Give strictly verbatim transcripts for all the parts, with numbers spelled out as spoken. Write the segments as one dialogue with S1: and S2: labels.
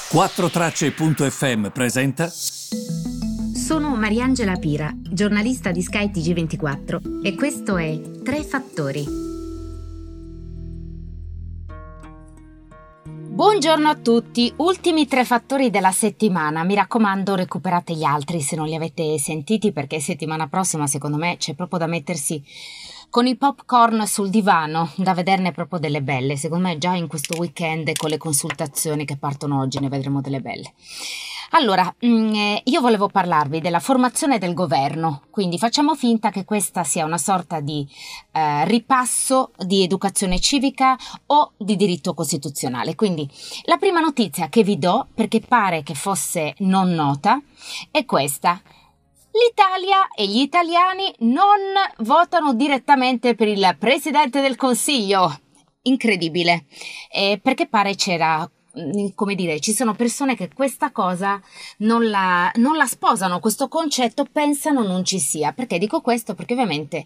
S1: quattro tracce punto effe emme presenta.
S2: Sono Mariangela Pira, giornalista di Sky T G ventiquattro e questo è Tre Fattori. Buongiorno a tutti, ultimi tre fattori della settimana, mi raccomando recuperate gli altri se non li avete sentiti perché settimana prossima secondo me c'è proprio da mettersi con il popcorn sul divano, da vederne proprio delle belle, secondo me già in questo weekend con le consultazioni che partono oggi ne vedremo delle belle. Allora, io volevo parlarvi della formazione del governo, quindi facciamo finta che questa sia una sorta di eh, ripasso di educazione civica o di diritto costituzionale. Quindi la prima notizia che vi do, perché pare che fosse non nota, è questa. L'Italia e gli italiani non votano direttamente per il Presidente del Consiglio. Incredibile, eh, perché pare c'era... come dire, ci sono persone che questa cosa non la, non la sposano, questo concetto pensano non ci sia. Perché dico questo? Perché ovviamente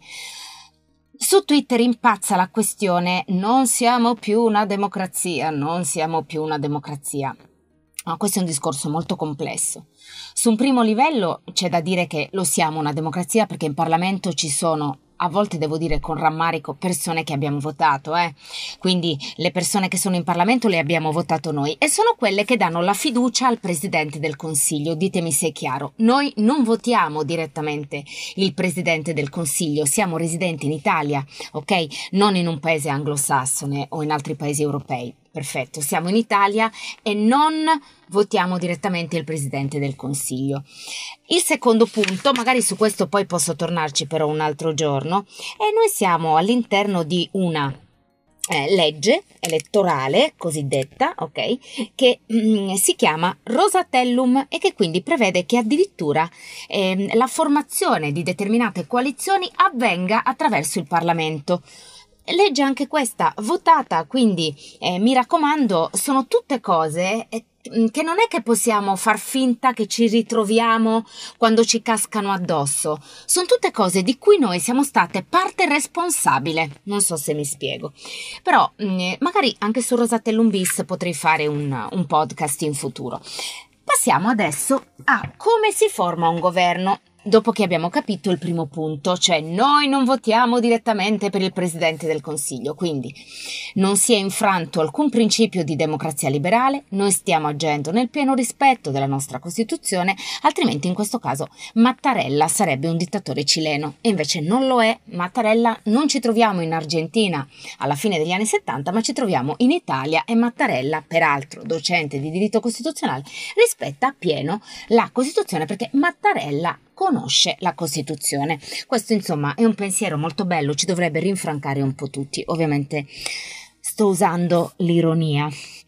S2: su Twitter impazza la questione non siamo più una democrazia, non siamo più una democrazia. Ma questo è un discorso molto complesso. Su un primo livello c'è da dire che lo siamo una democrazia perché in Parlamento ci sono, a volte devo dire con rammarico, persone che abbiamo votato, eh. Quindi le persone che sono in Parlamento le abbiamo votato noi e sono quelle che danno la fiducia al Presidente del Consiglio. Ditemi se è chiaro. Noi non votiamo direttamente il Presidente del Consiglio, siamo residenti in Italia, ok? Non in un paese anglosassone o in altri paesi europei. Perfetto, siamo in Italia e non votiamo direttamente il Presidente del Consiglio. Il secondo punto, magari su questo poi posso tornarci però un altro giorno, è noi siamo all'interno di una eh, legge elettorale cosiddetta, ok, che mm, si chiama Rosatellum e che quindi prevede che addirittura eh, la formazione di determinate coalizioni avvenga attraverso il Parlamento. Legge anche questa votata, quindi eh, mi raccomando, sono tutte cose eh, che non è che possiamo far finta che ci ritroviamo quando ci cascano addosso, sono tutte cose di cui noi siamo state parte responsabile, non so se mi spiego, però mh, magari anche su Rosatellum bis potrei fare un, un podcast in futuro. Passiamo adesso a come si forma un governo. Dopo che abbiamo capito il primo punto, cioè noi non votiamo direttamente per il Presidente del Consiglio, quindi non si è infranto alcun principio di democrazia liberale, noi stiamo agendo nel pieno rispetto della nostra Costituzione, altrimenti in questo caso Mattarella sarebbe un dittatore cileno e invece non lo è. Mattarella non ci troviamo in Argentina alla fine degli anni settanta, ma ci troviamo in Italia e Mattarella, peraltro docente di diritto costituzionale, rispetta appieno la Costituzione perché Mattarella conosce la Costituzione. Questo insomma è un pensiero molto bello, ci dovrebbe rinfrancare un po' tutti. Ovviamente sto usando l'ironia.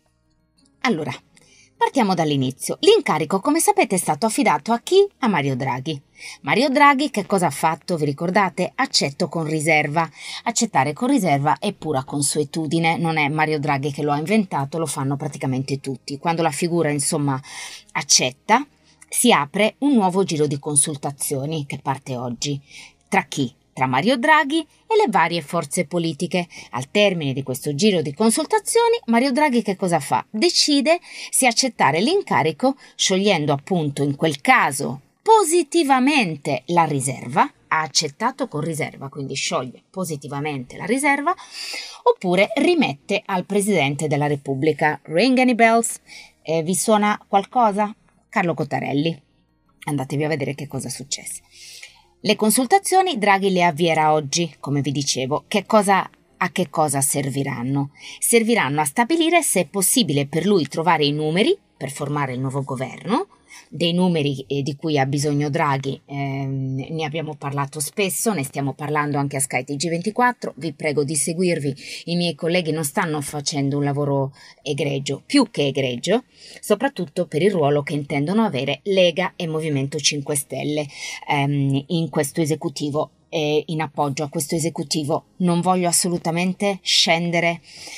S2: Allora, partiamo dall'inizio. L'incarico, come sapete, è stato affidato a chi? A Mario Draghi. Mario Draghi che cosa ha fatto? Vi ricordate? Accetto con riserva. Accettare con riserva è pura consuetudine, non è Mario Draghi che lo ha inventato, lo fanno praticamente tutti. Quando la figura insomma accetta, si apre un nuovo giro di consultazioni che parte oggi. Tra chi? Tra Mario Draghi e le varie forze politiche. Al termine di questo giro di consultazioni, Mario Draghi che cosa fa? Decide se accettare l'incarico, sciogliendo appunto in quel caso positivamente la riserva, ha accettato con riserva, quindi scioglie positivamente la riserva, oppure rimette al Presidente della Repubblica. Ring any bells? Eh, vi suona qualcosa? Carlo Cottarelli. Andatevi a vedere che cosa è successo. Le consultazioni Draghi le avvierà oggi, come vi dicevo. Che cosa, a che cosa serviranno? Serviranno a stabilire se è possibile per lui trovare i numeri per formare il nuovo governo, dei numeri eh, di cui ha bisogno Draghi, ehm, ne abbiamo parlato spesso, ne stiamo parlando anche a Sky T G ventiquattro, vi prego di seguirvi, i miei colleghi non stanno facendo un lavoro egregio, più che egregio, soprattutto per il ruolo che intendono avere Lega e Movimento cinque Stelle ehm, in questo esecutivo e in appoggio a questo esecutivo. Non voglio assolutamente scendere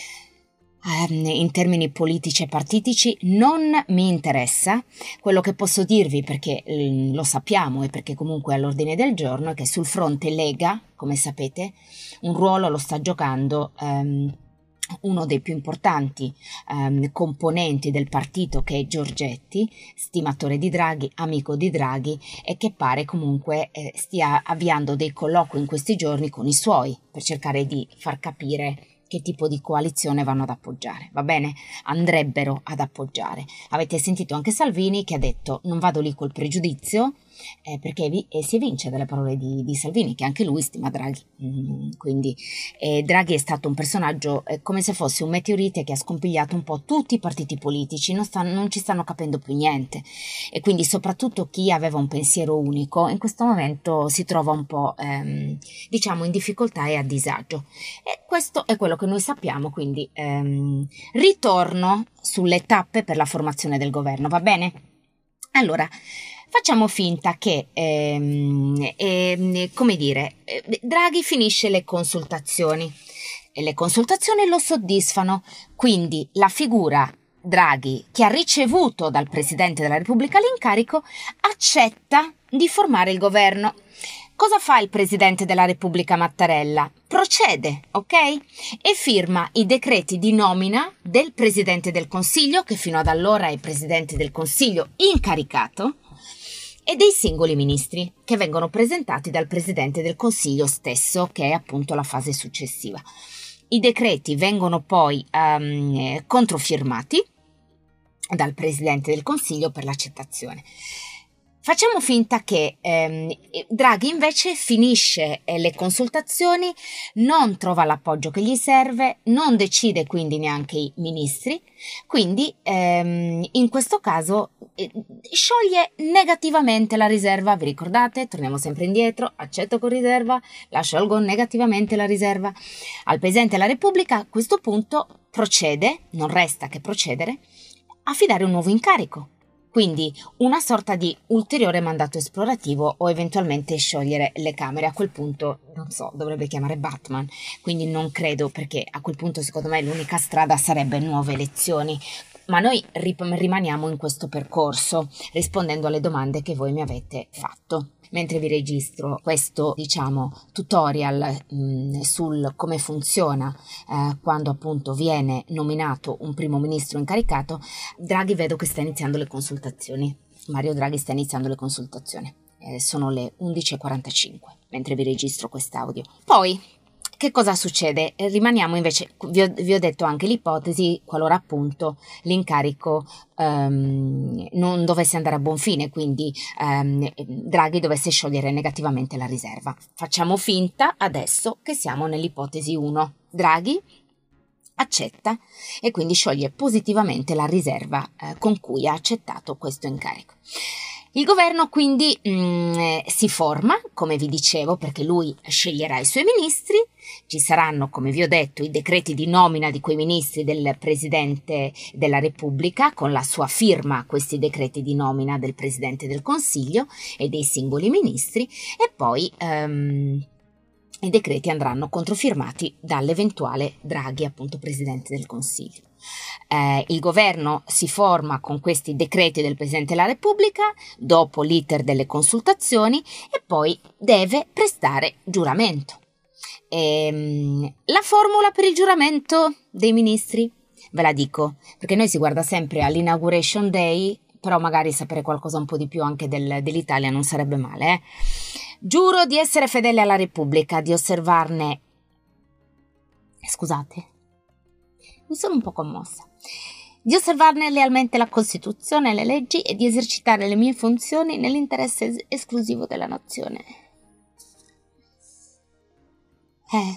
S2: in termini politici e partitici, non mi interessa. Quello che posso dirvi, perché lo sappiamo e perché comunque è all'ordine del giorno, è che sul fronte Lega, come sapete, un ruolo lo sta giocando ehm, uno dei più importanti ehm, componenti del partito, che è Giorgetti, stimatore di Draghi, amico di Draghi, e che pare comunque eh, stia avviando dei colloqui in questi giorni con i suoi per cercare di far capire che tipo di coalizione vanno ad appoggiare. Va bene? Andrebbero ad appoggiare. Avete sentito anche Salvini che ha detto: non vado lì col pregiudizio, eh, perché vi, eh, si evince dalle parole di, di Salvini, che anche lui stima Draghi. Mm, quindi eh, Draghi è stato un personaggio eh, come se fosse un meteorite che ha scompigliato un po' tutti i partiti politici, non, stanno, non ci stanno capendo più niente, e quindi soprattutto chi aveva un pensiero unico in questo momento si trova un po' ehm, diciamo in difficoltà e a disagio, e questo è quello che noi sappiamo. Quindi ehm, ritorno sulle tappe per la formazione del governo, va bene? Allora, facciamo finta che, ehm, ehm, come dire, eh, Draghi finisce le consultazioni e le consultazioni lo soddisfano, quindi la figura Draghi, che ha ricevuto dal Presidente della Repubblica l'incarico, accetta di formare il governo. Cosa fa il Presidente della Repubblica Mattarella? Procede, ok? E firma i decreti di nomina del Presidente del Consiglio, che fino ad allora è Presidente del Consiglio incaricato, e dei singoli ministri, che vengono presentati dal Presidente del Consiglio stesso, che è appunto la fase successiva. I decreti vengono poi um, controfirmati dal Presidente del Consiglio per l'accettazione. Facciamo finta che ehm, Draghi invece finisce eh, le consultazioni, non trova l'appoggio che gli serve, non decide quindi neanche i ministri, quindi ehm, in questo caso eh, scioglie negativamente la riserva. Vi ricordate? Torniamo sempre indietro: accetto con riserva, la sciolgo negativamente la riserva. Al Presidente della Repubblica a questo punto procede, non resta che procedere, a affidare un nuovo incarico. Quindi una sorta di ulteriore mandato esplorativo, o eventualmente sciogliere le Camere. A quel punto, non so, dovrebbe chiamare Batman, quindi non credo, perché a quel punto secondo me l'unica strada sarebbe nuove elezioni. Ma noi rimaniamo in questo percorso, rispondendo alle domande che voi mi avete fatto. Mentre vi registro questo, diciamo, tutorial mh, sul come funziona eh, quando appunto viene nominato un primo ministro incaricato, Draghi vedo che sta iniziando le consultazioni. Mario Draghi sta iniziando le consultazioni. Eh, sono le undici e quarantacinque mentre vi registro quest'audio. Poi, che cosa succede? Rimaniamo invece, vi ho, vi ho detto anche l'ipotesi qualora appunto l'incarico um, non dovesse andare a buon fine, quindi um, Draghi dovesse sciogliere negativamente la riserva. Facciamo finta adesso che siamo nell'ipotesi uno. Draghi accetta e quindi scioglie positivamente la riserva eh, con cui ha accettato questo incarico. Il governo quindi mh, si forma, come vi dicevo, perché lui sceglierà i suoi ministri. Ci saranno, come vi ho detto, i decreti di nomina di quei ministri del Presidente della Repubblica, con la sua firma a questi decreti di nomina del Presidente del Consiglio e dei singoli ministri, e poi um, i decreti andranno controfirmati dall'eventuale Draghi, appunto Presidente del Consiglio. Eh, il governo si forma con questi decreti del Presidente della Repubblica dopo l'iter delle consultazioni e poi deve prestare giuramento. Ehm, la formula per il giuramento dei ministri ve la dico, perché noi si guarda sempre all'inauguration day, però magari sapere qualcosa un po' di più anche del, dell'Italia non sarebbe male. Eh? Giuro di essere fedele alla Repubblica, di osservarne... Scusate, mi sono un po' commossa. Di osservarne lealmente la Costituzione e le leggi e di esercitare le mie funzioni nell'interesse es- esclusivo della nazione. Eh...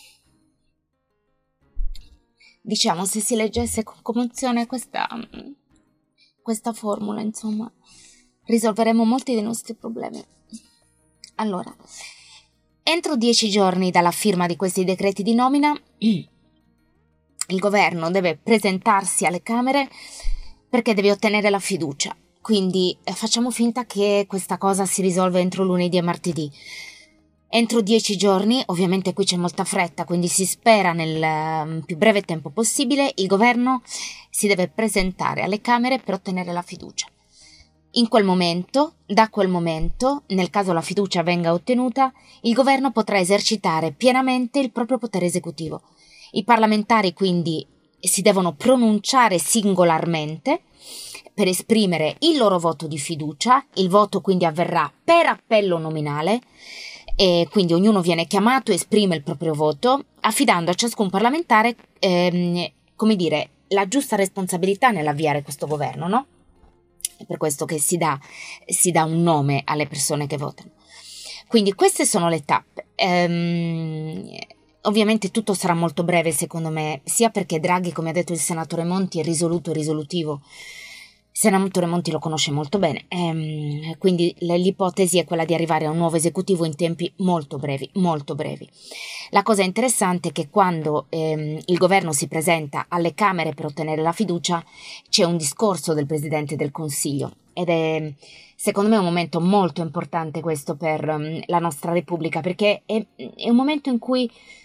S2: Diciamo, se si leggesse con commozione questa... questa formula, insomma, risolveremo molti dei nostri problemi. Allora, entro dieci giorni dalla firma di questi decreti di nomina, il governo deve presentarsi alle Camere perché deve ottenere la fiducia. Quindi eh, facciamo finta che questa cosa si risolva entro lunedì e martedì. Entro dieci giorni, ovviamente qui c'è molta fretta, quindi si spera nel uh, più breve tempo possibile, il governo si deve presentare alle Camere per ottenere la fiducia. In quel momento, da quel momento, nel caso la fiducia venga ottenuta, il governo potrà esercitare pienamente il proprio potere esecutivo. I parlamentari quindi si devono pronunciare singolarmente per esprimere il loro voto di fiducia. Il voto quindi avverrà per appello nominale e quindi ognuno viene chiamato e esprime il proprio voto, affidando a ciascun parlamentare, ehm, come dire, la giusta responsabilità nell'avviare questo governo, no? È per questo che si dà, si dà un nome alle persone che votano. Quindi queste sono le tappe. Ehm, ovviamente tutto sarà molto breve secondo me, sia perché Draghi, come ha detto il senatore Monti, è risoluto e risolutivo. Il senatore Monti lo conosce molto bene, ehm, quindi l'ipotesi è quella di arrivare a un nuovo esecutivo in tempi molto brevi, molto brevi. La cosa interessante è che quando ehm, il governo si presenta alle Camere per ottenere la fiducia c'è un discorso del Presidente del Consiglio ed è secondo me un momento molto importante questo per um, la nostra Repubblica, perché è, è un momento in cui,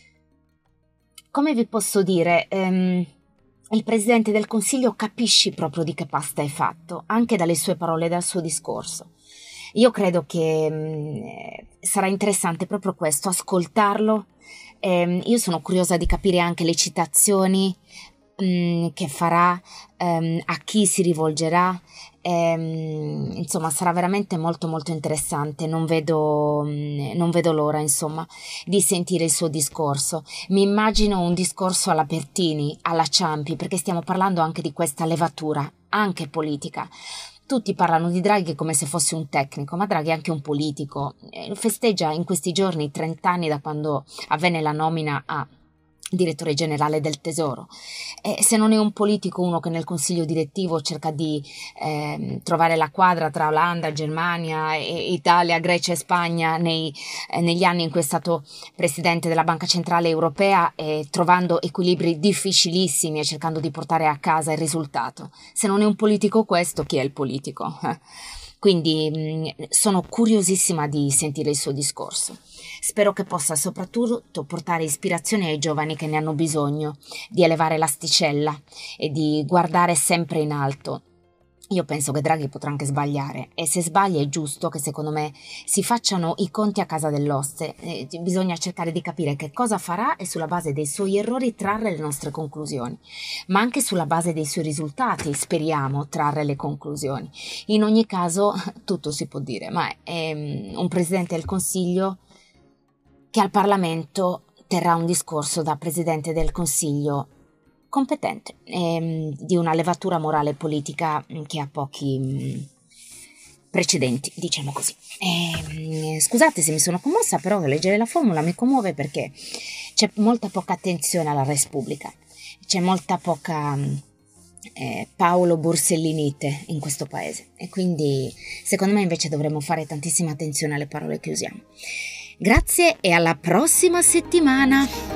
S2: come vi posso dire, ehm, il Presidente del Consiglio capisci proprio di che pasta è fatto, anche dalle sue parole e dal suo discorso. Io credo che mh, sarà interessante proprio questo, ascoltarlo. Eh, io sono curiosa di capire anche le citazioni mh, che farà, ehm, a chi si rivolgerà. Ehm, insomma, sarà veramente molto molto interessante. Non vedo, mh, non vedo l'ora, insomma, di sentire il suo discorso. Mi immagino un discorso alla Pertini, alla Ciampi, perché stiamo parlando anche di questa levatura, anche politica. Tutti parlano di Draghi come se fosse un tecnico, ma Draghi è anche un politico. Eh, festeggia in questi giorni trenta anni da quando avvenne la nomina a direttore generale del Tesoro. E se non è un politico, uno che nel consiglio direttivo cerca di eh, trovare la quadra tra Olanda, Germania, e Italia, Grecia e Spagna nei, eh, negli anni in cui è stato presidente della Banca Centrale Europea, eh, trovando equilibri difficilissimi e cercando di portare a casa il risultato. Se non è un politico questo, chi è il politico? Quindi mh, sono curiosissima di sentire il suo discorso. Spero che possa soprattutto portare ispirazione ai giovani che ne hanno bisogno, di elevare l'asticella e di guardare sempre in alto. Io penso che Draghi potrà anche sbagliare, e se sbaglia è giusto che secondo me si facciano i conti a casa dell'oste. Eh, bisogna cercare di capire che cosa farà e sulla base dei suoi errori trarre le nostre conclusioni, ma anche sulla base dei suoi risultati speriamo trarre le conclusioni. In ogni caso tutto si può dire, ma è um, un Presidente del Consiglio che al Parlamento terrà un discorso da Presidente del Consiglio competente, ehm, di una levatura morale e politica che ha pochi mh, precedenti, diciamo così. E, scusate se mi sono commossa, però leggere la formula mi commuove perché c'è molta poca attenzione alla res publica, c'è molta poca eh, Paolo Borsellinite in questo paese, e quindi secondo me invece dovremmo fare tantissima attenzione alle parole che usiamo. Grazie e alla prossima settimana!